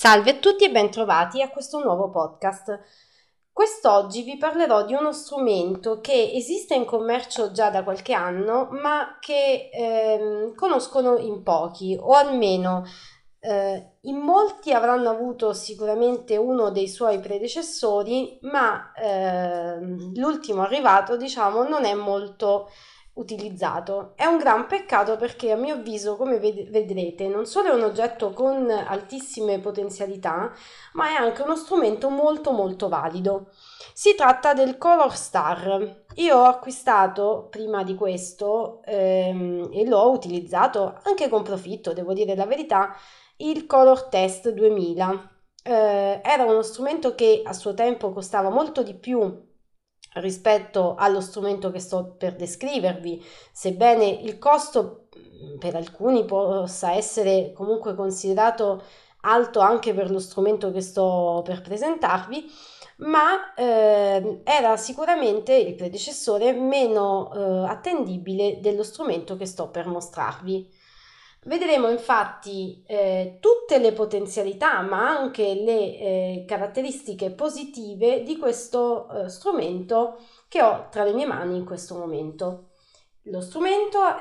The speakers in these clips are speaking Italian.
Salve a tutti e bentrovati a questo nuovo podcast. Quest'oggi vi parlerò di uno strumento che esiste in commercio già da qualche anno, ma che conoscono in pochi, o almeno in molti avranno avuto sicuramente uno dei suoi predecessori, ma l'ultimo arrivato, diciamo, non è molto utilizzato. È un gran peccato perché a mio avviso, come vedrete, non solo è un oggetto con altissime potenzialità, ma è anche uno strumento molto molto valido. Si tratta del Color Star. Io ho acquistato prima di questo e l'ho utilizzato anche con profitto, devo dire la verità, il Color Test 2000. Era uno strumento che a suo tempo costava molto di più rispetto allo strumento che sto per descrivervi, sebbene il costo per alcuni possa essere comunque considerato alto anche per lo strumento che sto per presentarvi, ma era sicuramente il predecessore meno attendibile dello strumento che sto per mostrarvi. Vedremo infatti tutte le potenzialità, ma anche le caratteristiche positive di questo strumento che ho tra le mie mani in questo momento. Lo strumento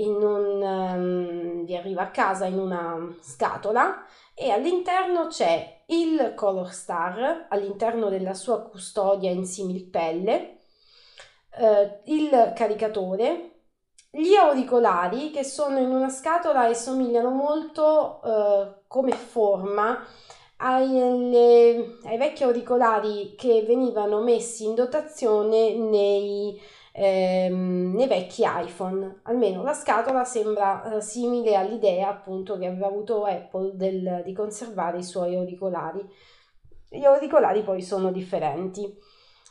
vi arriva a casa in una scatola e all'interno c'è il Color Star, all'interno della sua custodia in similpelle, il caricatore, gli auricolari che sono in una scatola e somigliano molto come forma ai vecchi auricolari che venivano messi in dotazione nei vecchi iPhone. Almeno la scatola sembra simile all'idea appunto che aveva avuto Apple di conservare i suoi auricolari. Gli auricolari poi sono differenti.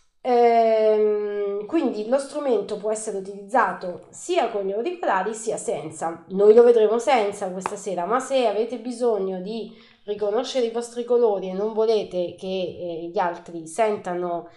Quindi lo strumento può essere utilizzato sia con gli auricolari sia senza. Noi lo vedremo senza questa sera, ma se avete bisogno di riconoscere i vostri colori e non volete che gli altri sentano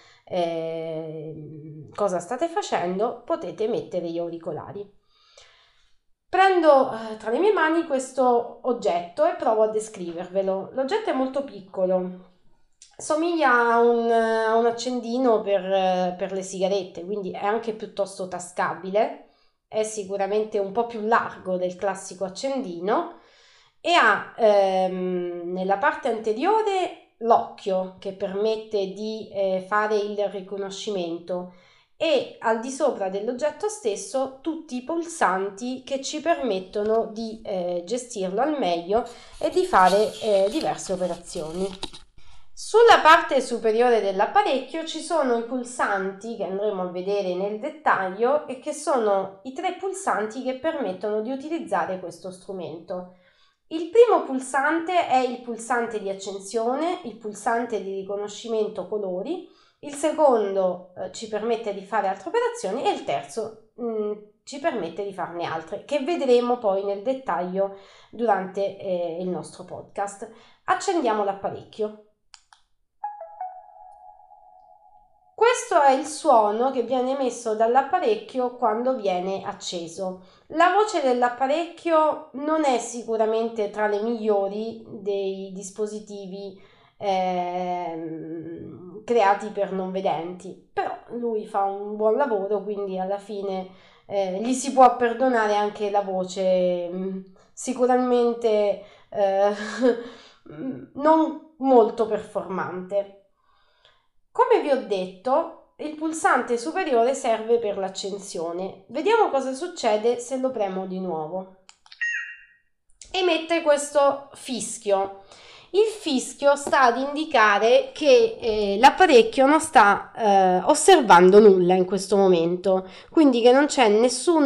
cosa state facendo, potete mettere gli auricolari. Prendo tra le mie mani questo oggetto e provo a descrivervelo. L'oggetto è molto piccolo, somiglia a un accendino per le sigarette, quindi è anche piuttosto tascabile, è sicuramente un po' più largo del classico accendino e ha nella parte anteriore l'occhio che permette di fare il riconoscimento e al di sopra dell'oggetto stesso tutti i pulsanti che ci permettono di gestirlo al meglio e di fare diverse operazioni. Sulla parte superiore dell'apparecchio ci sono i pulsanti che andremo a vedere nel dettaglio e che sono i 3 pulsanti che permettono di utilizzare questo strumento. Il primo pulsante è il pulsante di accensione, il pulsante di riconoscimento colori, il secondo ci permette di fare altre operazioni e il terzo ci permette di farne altre, che vedremo poi nel dettaglio durante il nostro podcast. Accendiamo l'apparecchio. Questo è il suono che viene emesso dall'apparecchio quando viene acceso. La voce dell'apparecchio non è sicuramente tra le migliori dei dispositivi creati per non vedenti, però lui fa un buon lavoro, quindi alla fine gli si può perdonare anche la voce sicuramente non molto performante. Come vi ho detto, il pulsante superiore serve per l'accensione. Vediamo cosa succede se lo premo di nuovo. Emette questo fischio. Il fischio sta ad indicare che l'apparecchio non sta osservando nulla in questo momento, quindi che non c'è nessun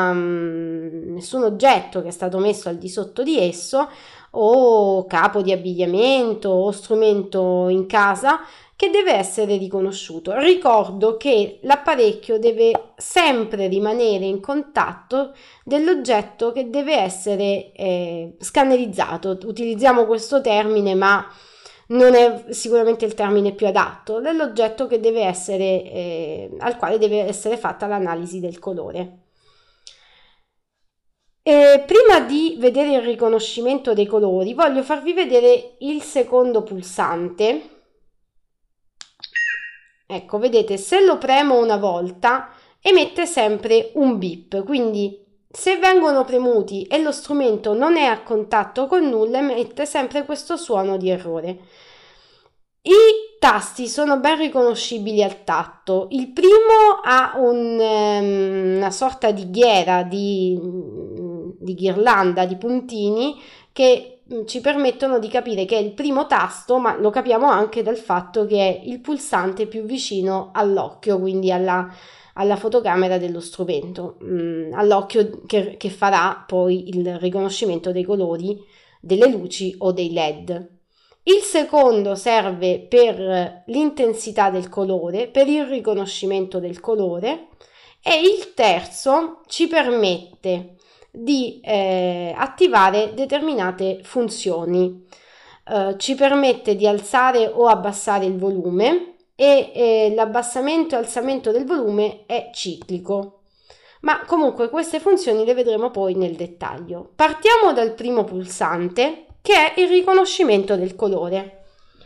oggetto che è stato messo al di sotto di esso o capo di abbigliamento o strumento in casa che deve essere riconosciuto. Ricordo che l'apparecchio deve sempre rimanere in contatto dell'oggetto che deve essere scannerizzato. Utilizziamo questo termine, ma non è sicuramente il termine più adatto, dell'oggetto che deve essere al quale deve essere fatta l'analisi del colore. Prima di vedere il riconoscimento dei colori, voglio farvi vedere il secondo pulsante. Ecco, vedete, se lo premo una volta emette sempre un bip, quindi se vengono premuti e lo strumento non è a contatto con nulla, emette sempre questo suono di errore. I tasti sono ben riconoscibili al tatto. Il primo ha una sorta di ghiera, di ghirlanda, di puntini che ci permettono di capire che è il primo tasto, ma lo capiamo anche dal fatto che è il pulsante più vicino all'occhio, quindi alla fotocamera dello strumento, all'occhio che farà poi il riconoscimento dei colori, delle luci o dei LED. Il secondo serve per l'intensità del colore, per il riconoscimento del colore, e il terzo ci permette di attivare determinate funzioni. Ci permette di alzare o abbassare il volume e l'abbassamento e alzamento del volume è ciclico. Ma comunque queste funzioni le vedremo poi nel dettaglio. Partiamo dal primo pulsante, che è il riconoscimento del colore.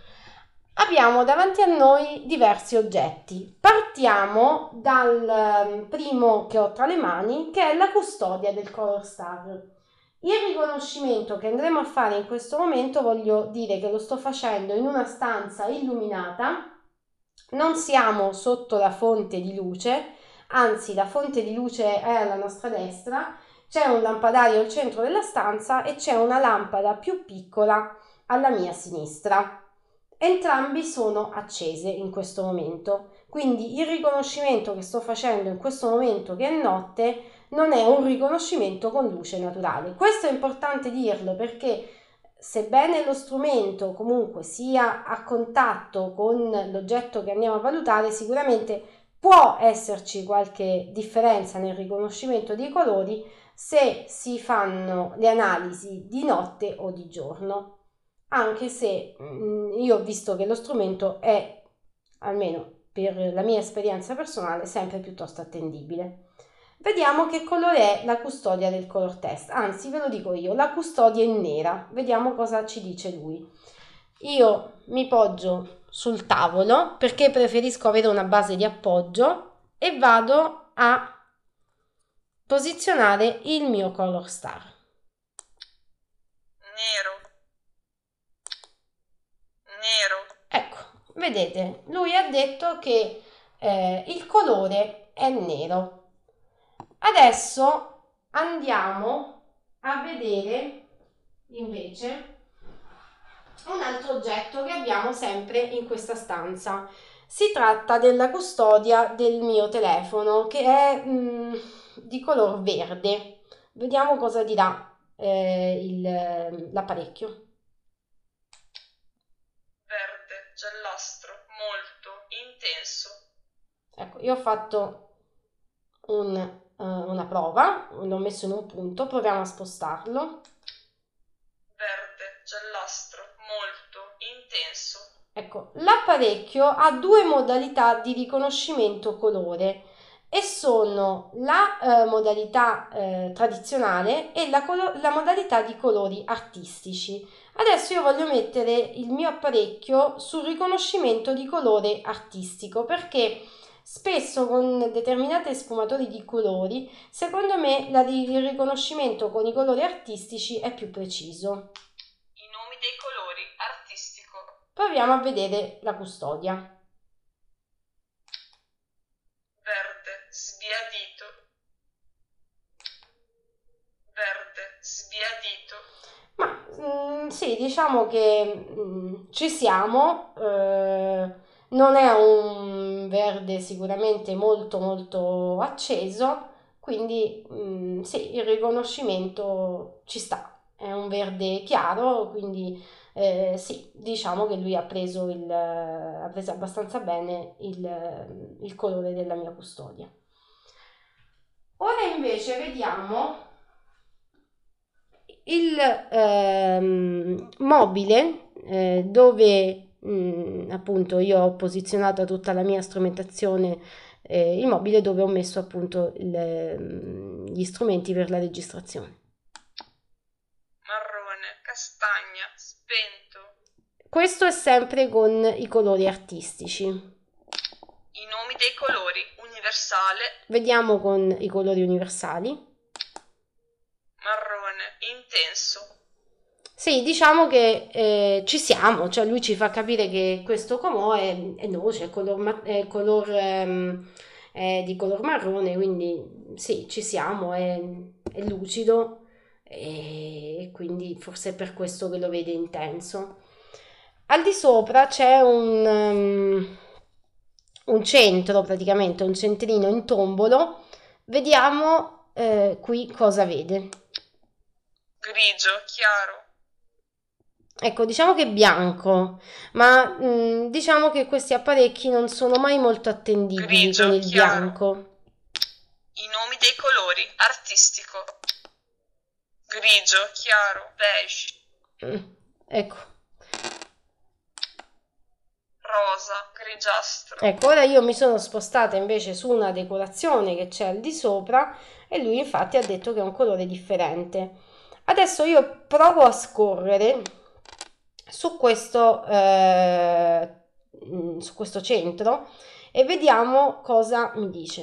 Abbiamo davanti a noi diversi oggetti. Partiamo dal primo che ho tra le mani, che è la custodia del Color Star. Il riconoscimento che andremo a fare in questo momento, voglio dire che lo sto facendo in una stanza illuminata, non siamo sotto la fonte di luce, anzi la fonte di luce è alla nostra destra, c'è un lampadario al centro della stanza e c'è una lampada più piccola alla mia sinistra. Entrambi sono accese in questo momento, quindi il riconoscimento che sto facendo in questo momento, che è notte, non è un riconoscimento con luce naturale. Questo è importante dirlo perché sebbene lo strumento comunque sia a contatto con l'oggetto che andiamo a valutare, sicuramente può esserci qualche differenza nel riconoscimento dei colori se si fanno le analisi di notte o di giorno, anche se io ho visto che lo strumento è, almeno per la mia esperienza personale, sempre piuttosto attendibile. Vediamo che colore è la custodia del color test, anzi ve lo dico io, la custodia è nera, vediamo cosa ci dice lui. Io mi poggio sul tavolo perché preferisco avere una base di appoggio e vado a posizionare il mio color star. Nero. Ecco, vedete, lui ha detto che il colore è nero. Adesso andiamo a vedere invece un altro oggetto che abbiamo sempre in questa stanza. Si tratta della custodia del mio telefono che è di color verde. Vediamo cosa dirà l'apparecchio. Verde, giallastro, molto, intenso. Ecco, io ho fatto una prova, l'ho messo in un punto, proviamo a spostarlo. Verde, giallastro, molto, intenso. Ecco, l'apparecchio ha due modalità di riconoscimento colore e sono la modalità tradizionale e la modalità di colori artistici. Adesso io voglio mettere il mio apparecchio sul riconoscimento di colore artistico perché spesso con determinati sfumatori di colori, secondo me il riconoscimento con i colori artistici è più preciso. I nomi dei colori, artistico. Proviamo a vedere la custodia. Verde, sbiadito. Verde, sbiadito. Ma sì, diciamo che ci siamo. Non è un verde sicuramente molto molto acceso, quindi sì, il riconoscimento ci sta. È un verde chiaro, quindi sì, diciamo che lui ha preso abbastanza bene il colore della mia custodia. Ora invece vediamo il mobile dove appunto io ho posizionato tutta la mia strumentazione, il mobile dove ho messo appunto gli strumenti per la registrazione. castagna, spento. Questo è sempre con i colori artistici. I nomi dei colori, universale, Vediamo con i colori universali. marrone, intenso. Sì, diciamo che ci siamo, cioè lui ci fa capire che questo comò è noce, è di color marrone, quindi sì, ci siamo, è lucido e quindi forse è per questo che lo vede intenso. Al di sopra c'è un centro, praticamente un centrino in tombolo. Vediamo qui cosa vede. Grigio, chiaro. Ecco, diciamo che è bianco, ma diciamo che questi apparecchi non sono mai molto attendibili con Grigio, il chiaro. bianco. I nomi dei colori, artistico. Grigio, chiaro, beige. Ecco. Rosa, grigiastro. Ecco, ora io mi sono spostata invece su una decorazione che c'è al di sopra e lui infatti ha detto che è un colore differente. Adesso io provo a scorrere su su questo centro e vediamo cosa mi dice.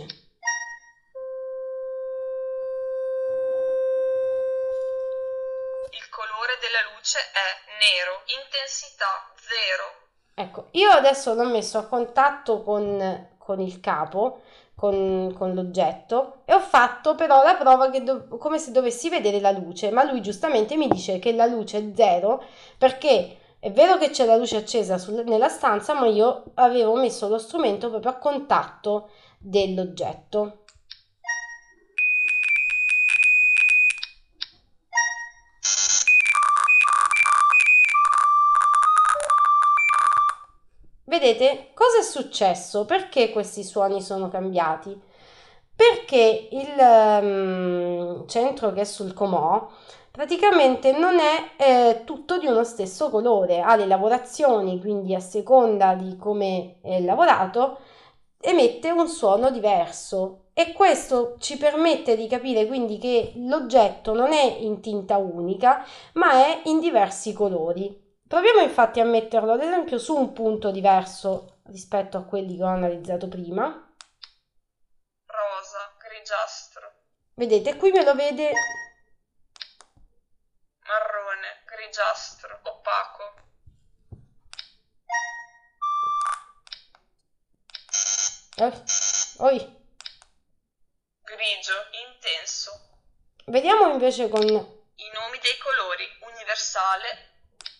Il colore della luce è nero, intensità 0. Ecco, io adesso l'ho messo a contatto con il capo, con l'oggetto e ho fatto però la prova come se dovessi vedere la luce, ma lui giustamente mi dice che la luce è zero perché è vero che c'è la luce accesa nella stanza, ma io avevo messo lo strumento proprio a contatto dell'oggetto. Vedete cosa è successo? Perché questi suoni sono cambiati? Perché il centro che è sul comò praticamente non è tutto di uno stesso colore, ha le lavorazioni, quindi a seconda di come è lavorato, emette un suono diverso e questo ci permette di capire quindi che l'oggetto non è in tinta unica, ma è in diversi colori. Proviamo infatti a metterlo ad esempio su un punto diverso rispetto a quelli che ho analizzato prima. Rosa, grigiastro. Vedete, qui me lo vede Marrone, grigiastro, opaco. Oi. Grigio, intenso. Vediamo invece con I nomi dei colori, universale.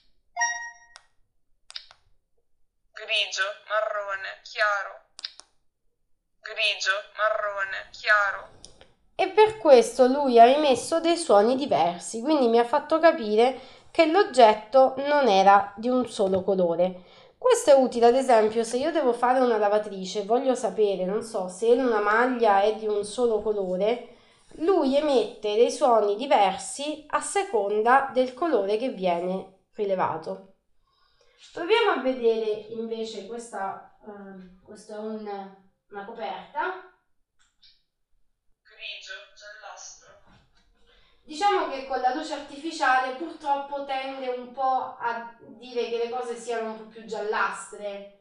Grigio, marrone, chiaro. Grigio, marrone, chiaro. e per questo lui ha emesso dei suoni diversi, quindi mi ha fatto capire che l'oggetto non era di un solo colore. Questo è utile ad esempio se io devo fare una lavatrice, voglio sapere, non so, se una maglia è di un solo colore, lui emette dei suoni diversi a seconda del colore che viene rilevato. Proviamo a vedere invece questa è una coperta. Grigio, giallastro. Diciamo che con la luce artificiale purtroppo tende un po' a dire che le cose siano un po' più giallastre,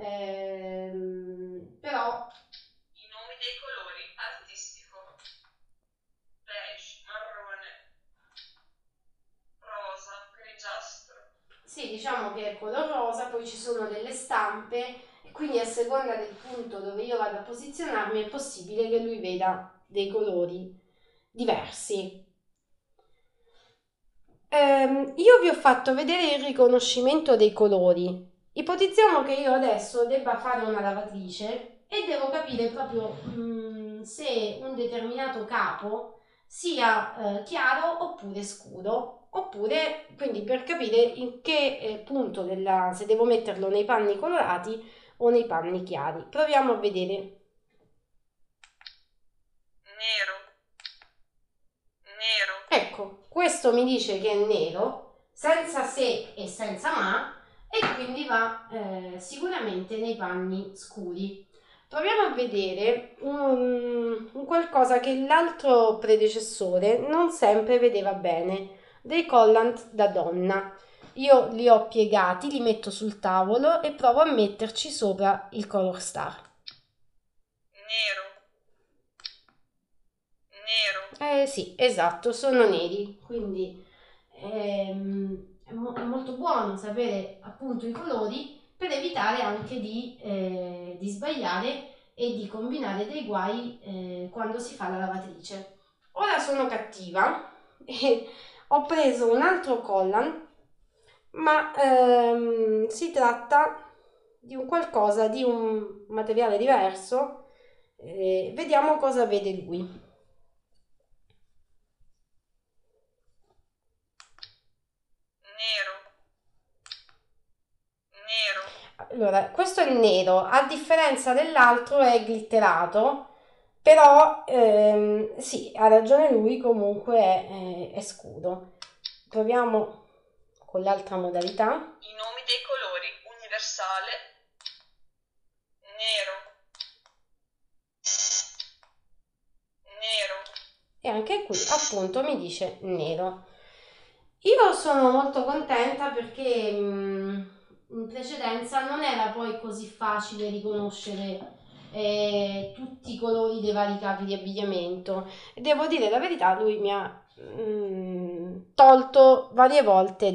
però I nomi dei colori, artistico. Beige, marrone. Rosa, grigiastro. sì, diciamo che è color rosa, poi ci sono delle stampe e quindi a seconda del punto dove io vado a posizionarmi è possibile che lui veda dei colori diversi. Io vi ho fatto vedere il riconoscimento dei colori. Ipotizziamo che io adesso debba fare una lavatrice e devo capire proprio se un determinato capo sia chiaro oppure scuro, oppure quindi per capire in che punto se devo metterlo nei panni colorati o nei panni chiari. Proviamo a vedere. Nero. Nero. Ecco, questo mi dice che è nero, senza se e senza ma, e quindi va sicuramente nei panni scuri. Proviamo a vedere un qualcosa che l'altro predecessore non sempre vedeva bene. dei collant da donna. Io li ho piegati, li metto sul tavolo e provo a metterci sopra il Color Star. Nero. Sì, esatto, sono neri, quindi è molto buono sapere appunto i colori per evitare anche di sbagliare e di combinare dei guai quando si fa la lavatrice. Ora sono cattiva e ho preso un altro collant, ma si tratta di un qualcosa, di un materiale diverso. Vediamo cosa vede lui. Nero. Allora, questo è il nero, a differenza dell'altro è glitterato, però sì, ha ragione lui, comunque è scuro. Proviamo con l'altra modalità. I nomi dei colori: universale, nero. E anche qui appunto mi dice nero. Io sono molto contenta perché in precedenza non era poi così facile riconoscere tutti i colori dei vari capi di abbigliamento. E devo dire la verità, lui mi ha tolto varie volte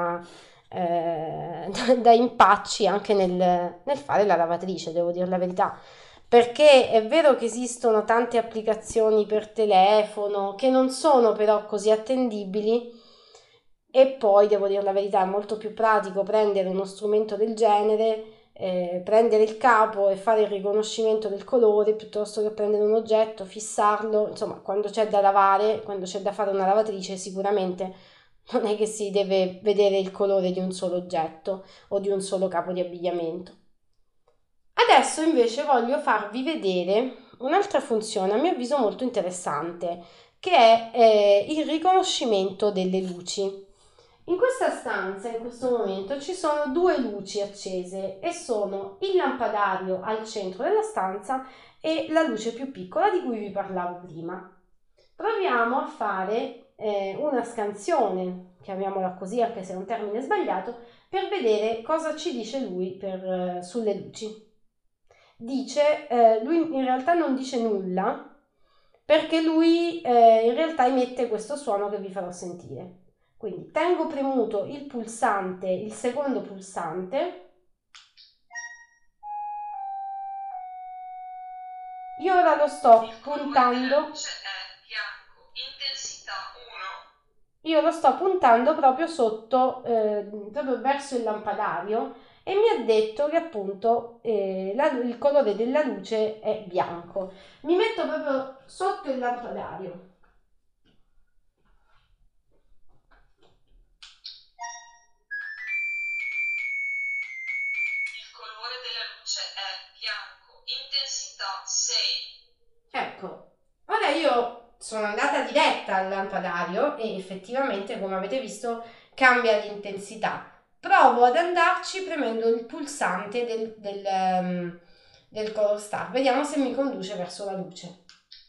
da impacci anche nel fare la lavatrice, devo dire la verità. Perché è vero che esistono tante applicazioni per telefono che non sono però così attendibili, e poi devo dire la verità, è molto più pratico prendere uno strumento del genere, prendere il capo e fare il riconoscimento del colore piuttosto che prendere un oggetto, fissarlo. Insomma, quando c'è da lavare, quando c'è da fare una lavatrice, sicuramente non è che si deve vedere il colore di un solo oggetto o di un solo capo di abbigliamento. Adesso invece voglio farvi vedere un'altra funzione a mio avviso molto interessante, che è il riconoscimento delle luci. In questa stanza, in questo momento, ci sono due luci accese e sono il lampadario al centro della stanza e la luce più piccola di cui vi parlavo prima. Proviamo a fare una scansione, chiamiamola così anche se è un termine sbagliato, per vedere cosa ci dice lui sulle luci. Lui in realtà non dice nulla perché lui in realtà emette questo suono che vi farò sentire. Quindi tengo premuto il pulsante, il secondo pulsante. Io ora lo sto puntando. Intensità 1. Io lo sto puntando proprio sotto, proprio verso il lampadario, e mi ha detto che appunto il colore della luce è bianco. Mi metto proprio sotto il lampadario. Il colore della luce è bianco. Intensità 6. Ecco, ora io sono andata diretta al lampadario e effettivamente, come avete visto, cambia l'intensità. Provo ad andarci premendo il pulsante del Color Star. Vediamo se mi conduce verso la luce.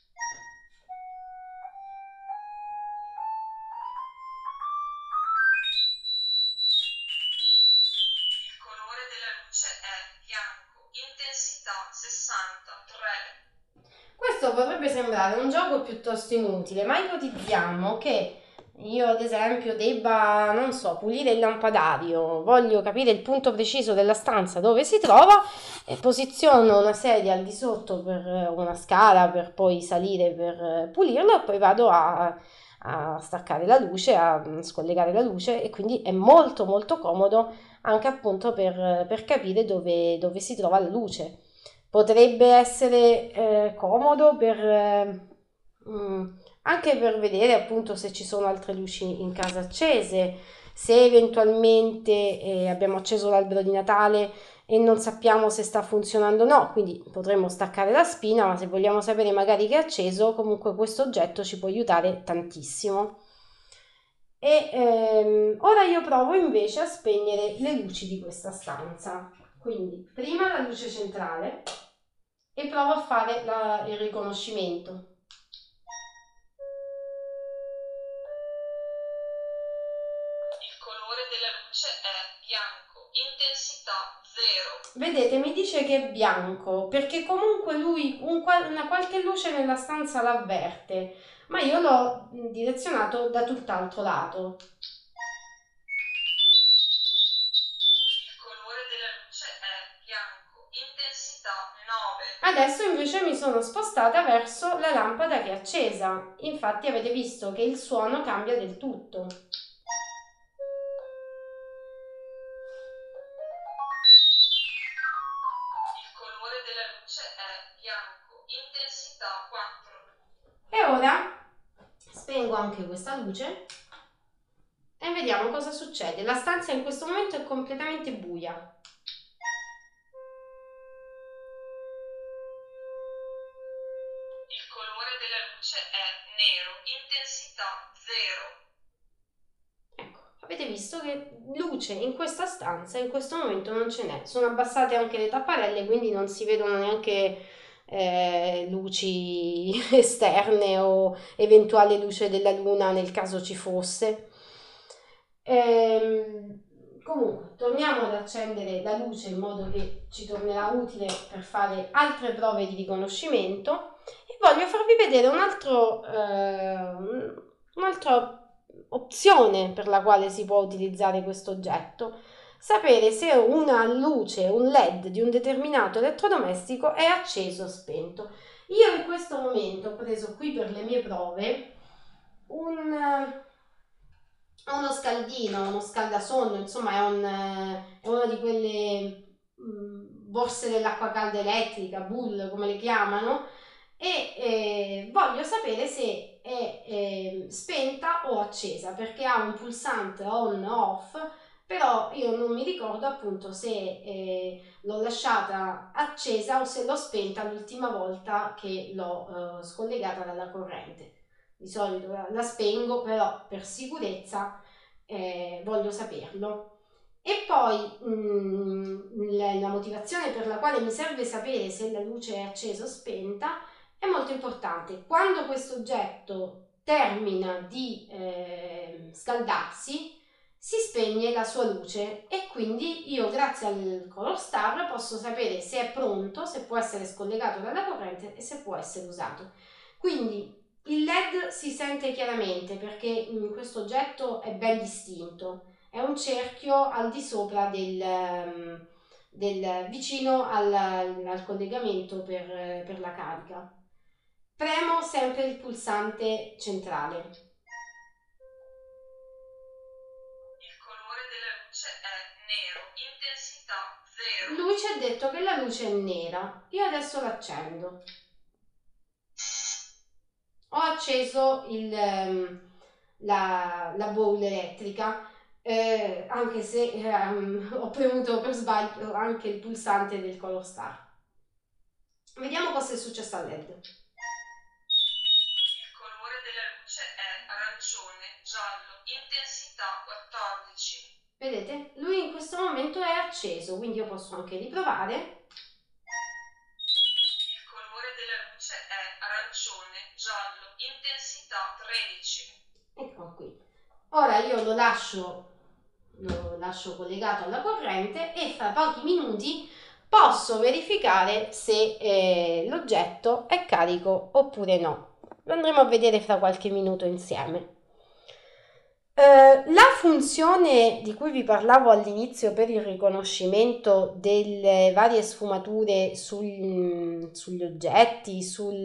Il colore della luce è bianco. Intensità 63. Questo potrebbe sembrare un gioco piuttosto inutile, ma ipotizziamo che io ad esempio debba, non so, pulire il lampadario, voglio capire il punto preciso della stanza dove si trova e posiziono una sedia al di sotto per una scala per poi salire per pulirlo, e poi vado a staccare la luce, a scollegare la luce, e quindi è molto molto comodo anche appunto per capire dove si trova la luce. Potrebbe essere comodo anche per vedere appunto se ci sono altre luci in casa accese, se eventualmente abbiamo acceso l'albero di Natale e non sappiamo se sta funzionando o no, quindi potremmo staccare la spina, ma se vogliamo sapere magari che è acceso, comunque questo oggetto ci può aiutare tantissimo. E ora io provo invece a spegnere le luci di questa stanza. Quindi prima la luce centrale e provo a fare il riconoscimento. della luce è bianco, intensità 0. Vedete, mi dice che è bianco perché comunque lui una qualche luce nella stanza l'avverte, ma io l'ho direzionato da tutt'altro lato. Il colore della luce è bianco, intensità 9. Adesso invece mi sono spostata verso la lampada che è accesa. Infatti avete visto che il suono cambia del tutto. Il colore della luce è bianco, intensità 4. E ora spengo anche questa luce e vediamo cosa succede. La stanza in questo momento è completamente buia. Il colore della luce è nero, intensità 0. Ecco, avete visto che luce in questa stanza in questo momento non ce n'è. Sono abbassate anche le tapparelle, quindi non si vedono neanche luci esterne o eventuale luce della luna nel caso ci fosse. Comunque, torniamo ad accendere la luce in modo che ci tornerà utile per fare altre prove di riconoscimento e voglio farvi vedere un'altra opzione per la quale si può utilizzare questo oggetto. Sapere se una luce, un LED di un determinato elettrodomestico è acceso o spento. Io in questo momento ho preso qui per le mie prove uno scaldino, uno scaldasonno, insomma è una di quelle borse dell'acqua calda elettrica, bull come le chiamano, e voglio sapere se è spenta o accesa perché ha un pulsante on off, però io non mi ricordo appunto se l'ho lasciata accesa o se l'ho spenta l'ultima volta che l'ho scollegata dalla corrente. Di solito la spengo, però per sicurezza voglio saperlo. E poi la motivazione per la quale mi serve sapere se la luce è accesa o spenta è molto importante. Quando questo oggetto termina di scaldarsi, si spegne la sua luce e quindi io grazie al Color Star posso sapere se è pronto, se può essere scollegato dalla corrente e se può essere usato. Quindi il LED si sente chiaramente perché questo oggetto è ben distinto, è un cerchio al di sopra vicino al collegamento per la carica. Premo sempre il pulsante centrale. Il colore della luce è nero, intensità 0. Lui ci ha detto che la luce è nera, io adesso l'accendo. Ho acceso la bowl elettrica, anche se ho premuto per sbaglio anche il pulsante del Color Star. Vediamo cosa è successo al LED. Il colore della luce è arancione, giallo, intensità 14. Vedete? Lui in questo momento è acceso, quindi io posso anche riprovare. Il colore della luce è arancione, giallo, intensità 13. Ecco qui. Ora io lo lascio collegato alla corrente e fra pochi minuti posso verificare se l'oggetto è carico oppure no. Lo andremo a vedere fra qualche minuto insieme. La funzione di cui vi parlavo all'inizio per il riconoscimento delle varie sfumature sugli oggetti,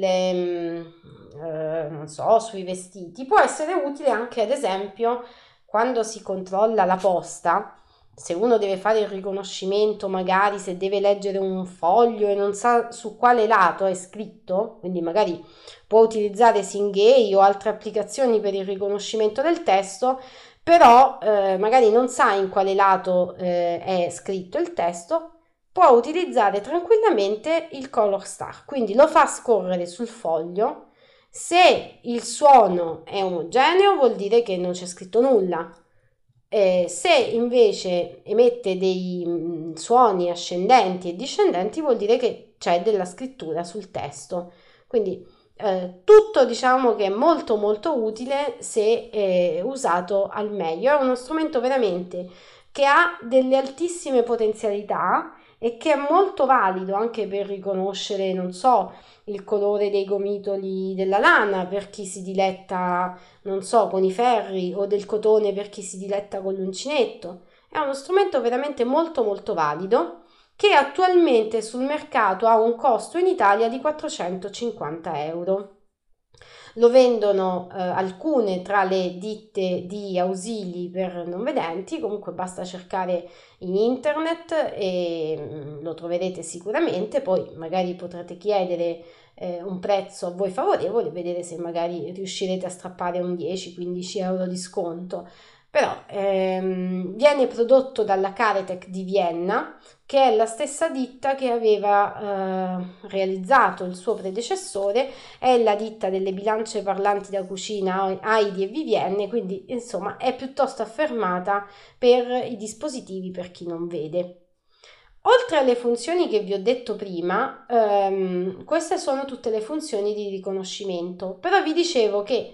non so, sui vestiti, può essere utile anche ad esempio quando si controlla la posta. Se uno deve fare il riconoscimento, magari se deve leggere un foglio e non sa su quale lato è scritto, quindi magari può utilizzare Singay o altre applicazioni per il riconoscimento del testo, però magari non sa in quale lato è scritto il testo, può utilizzare tranquillamente il Color Star, quindi lo fa scorrere sul foglio. Se il suono è omogeneo vuol dire che non c'è scritto nulla. Se invece emette dei suoni ascendenti e discendenti vuol dire che c'è della scrittura sul testo. Quindi Tutto diciamo che è molto molto utile se usato al meglio. È uno strumento veramente che ha delle altissime potenzialità e che è molto valido anche per riconoscere, non so, il colore dei gomitoli della lana per chi si diletta, non so, con i ferri, o del cotone per chi si diletta con l'uncinetto. È uno strumento veramente molto molto valido che attualmente sul mercato ha un costo in Italia di 450 euro. Lo vendono alcune tra le ditte di ausili per non vedenti, comunque basta cercare in internet e lo troverete sicuramente, poi magari potrete chiedere un prezzo a voi favorevole, vedere se magari riuscirete a strappare un 10-15 euro di sconto. Però viene prodotto dalla Caretech di Vienna, che è la stessa ditta che aveva realizzato il suo predecessore, è la ditta delle bilance parlanti da cucina Heidi e Vivienne, quindi insomma è piuttosto affermata per i dispositivi per chi non vede. Oltre alle funzioni che vi ho detto prima, queste sono tutte le funzioni di riconoscimento, però vi dicevo che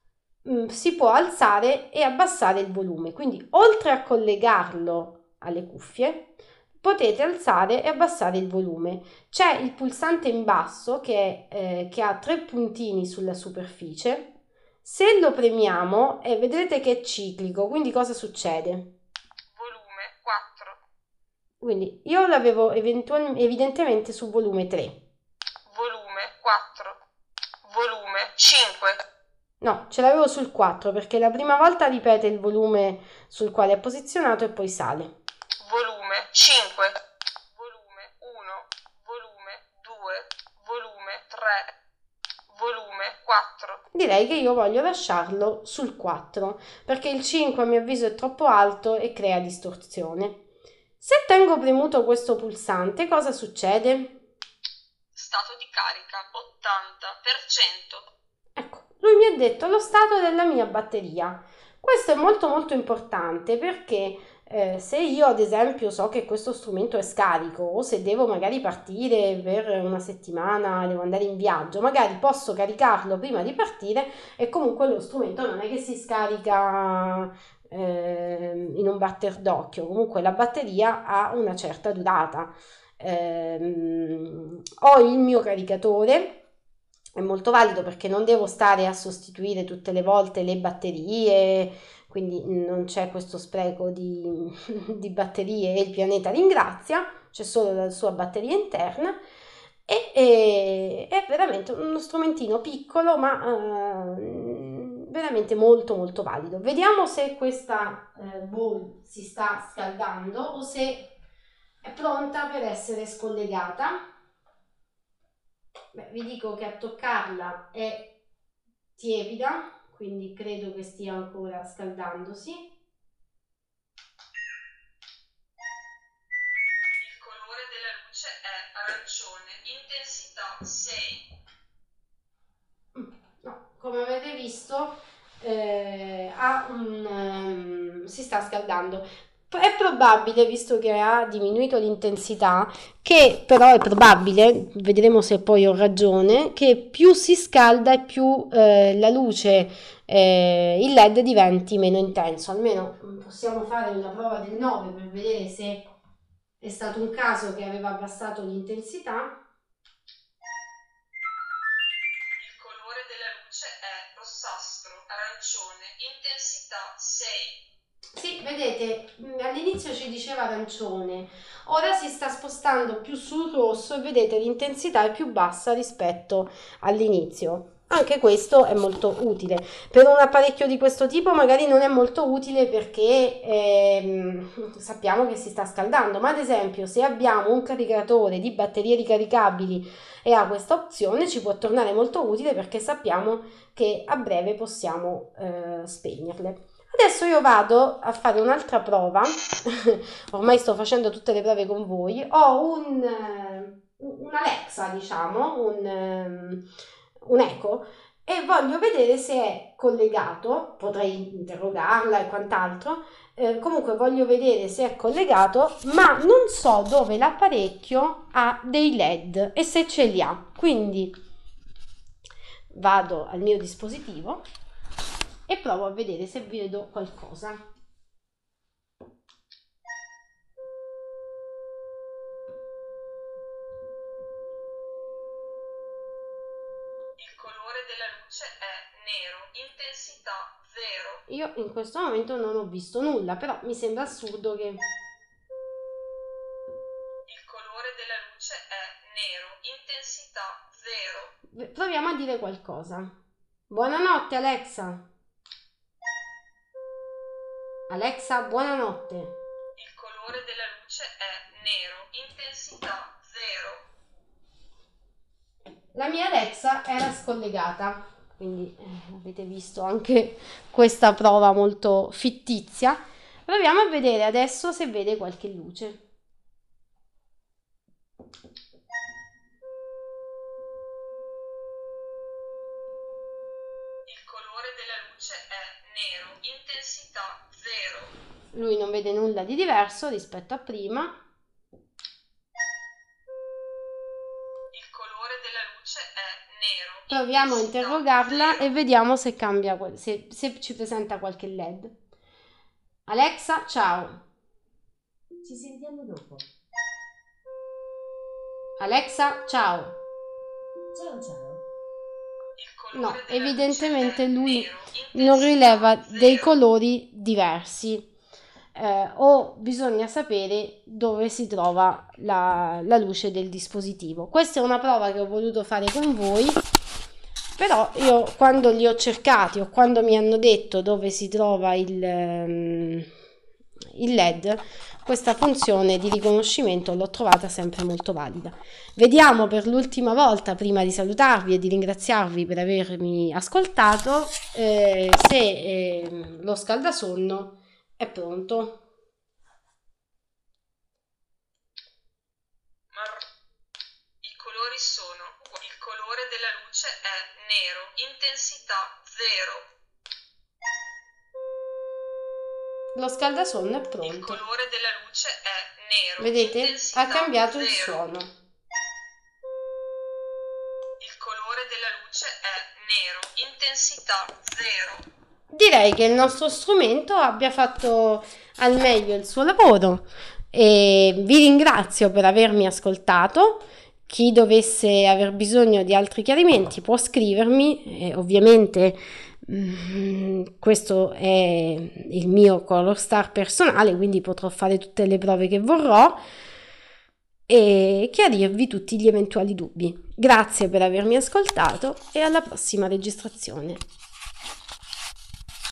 si può alzare e abbassare il volume, quindi oltre a collegarlo alle cuffie, potete alzare e abbassare il volume. C'è il pulsante in basso che ha 3 puntini sulla superficie. Se lo premiamo, vedrete che è ciclico, quindi cosa succede? Volume 4. Quindi io l'avevo evidentemente su volume 3. Volume 4. Volume 5. No, ce l'avevo sul 4 perché la prima volta ripete il volume sul quale è posizionato e poi sale. Volume 5. Volume 1. Volume 2. Volume 3. Volume 4. Direi che io voglio lasciarlo sul 4 perché il 5 a mio avviso è troppo alto e crea distorsione. Se tengo premuto questo pulsante, cosa succede? Stato di carica 80%. Ecco, lui mi ha detto lo stato della mia batteria. Questo è molto molto importante perché se io ad esempio so che questo strumento è scarico o se devo magari partire per una settimana, devo andare in viaggio, magari posso caricarlo prima di partire e comunque lo strumento non è che si scarica in un batter d'occhio, comunque la batteria ha una certa durata. Ho il mio caricatore, è molto valido perché non devo stare a sostituire tutte le volte le batterie, quindi non c'è questo spreco di batterie e il pianeta ringrazia, c'è solo la sua batteria interna e è veramente uno strumentino piccolo ma veramente molto molto valido. Vediamo se questa bowl si sta scaldando o se è pronta per essere scollegata. Beh, vi dico che a toccarla è tiepida, quindi credo che stia ancora scaldandosi. Il colore della luce è arancione, intensità 6. No, come avete visto si sta scaldando. È probabile, visto che ha diminuito l'intensità, che però è probabile, vedremo se poi ho ragione, che più si scalda e più la luce, il LED diventi meno intenso. Almeno possiamo fare una prova del 9 per vedere se è stato un caso che aveva abbassato l'intensità. Il colore della luce è rossastro, arancione, intensità 6. Sì, vedete, all'inizio ci diceva arancione, ora si sta spostando più sul rosso e vedete l'intensità è più bassa rispetto all'inizio. Anche questo è molto utile. Per un apparecchio di questo tipo magari non è molto utile perché sappiamo che si sta scaldando, ma ad esempio se abbiamo un caricatore di batterie ricaricabili e ha questa opzione ci può tornare molto utile perché sappiamo che a breve possiamo spegnerle. Adesso io vado a fare un'altra prova, ormai sto facendo tutte le prove con voi, ho un Alexa, diciamo, un Echo, e voglio vedere se è collegato, potrei interrogarla e quant'altro, comunque voglio vedere se è collegato, ma non so dove l'apparecchio ha dei LED e se ce li ha, quindi vado al mio dispositivo e provo a vedere se vedo qualcosa. Il colore della luce è nero, intensità 0. Io in questo momento non ho visto nulla, però mi sembra assurdo che... Il colore della luce è nero, intensità 0. Proviamo a dire qualcosa. Buonanotte Alexa. Alexa, buonanotte. Il colore della luce è nero, intensità 0. La mia Alexa era scollegata, quindi avete visto anche questa prova molto fittizia. Proviamo a vedere adesso se vede qualche luce. Il colore della luce è nero, intensità 0. Lui non vede nulla di diverso rispetto a prima. Il colore della luce è nero. Proviamo a intensità interrogarla 0. e vediamo se cambia, se ci presenta qualche LED. Alexa, ciao. Ci sentiamo dopo. Alexa, ciao. Ciao ciao. Il colore No, della evidentemente luce è lui nero, non intensità rileva dei 0. colori diversi. O bisogna sapere dove si trova la luce del dispositivo. Questa è una prova che ho voluto fare con voi, però io quando li ho cercati o quando mi hanno detto dove si trova il LED, questa funzione di riconoscimento l'ho trovata sempre molto valida. Vediamo per l'ultima volta, prima di salutarvi e di ringraziarvi per avermi ascoltato, se lo scaldasonno è pronto. I colori sono: il colore della luce è nero, intensità 0. Lo scaldasonno è Il pronto. colore della luce è nero, Vedete? intensità Ha cambiato il 0. suono. Il colore della luce è nero, intensità 0. Direi che il nostro strumento abbia fatto al meglio il suo lavoro e vi ringrazio per avermi ascoltato. Chi dovesse aver bisogno di altri chiarimenti può scrivermi, ovviamente questo è il mio Color Star personale, quindi potrò fare tutte le prove che vorrò e chiarirvi tutti gli eventuali dubbi. Grazie per avermi ascoltato e alla prossima registrazione.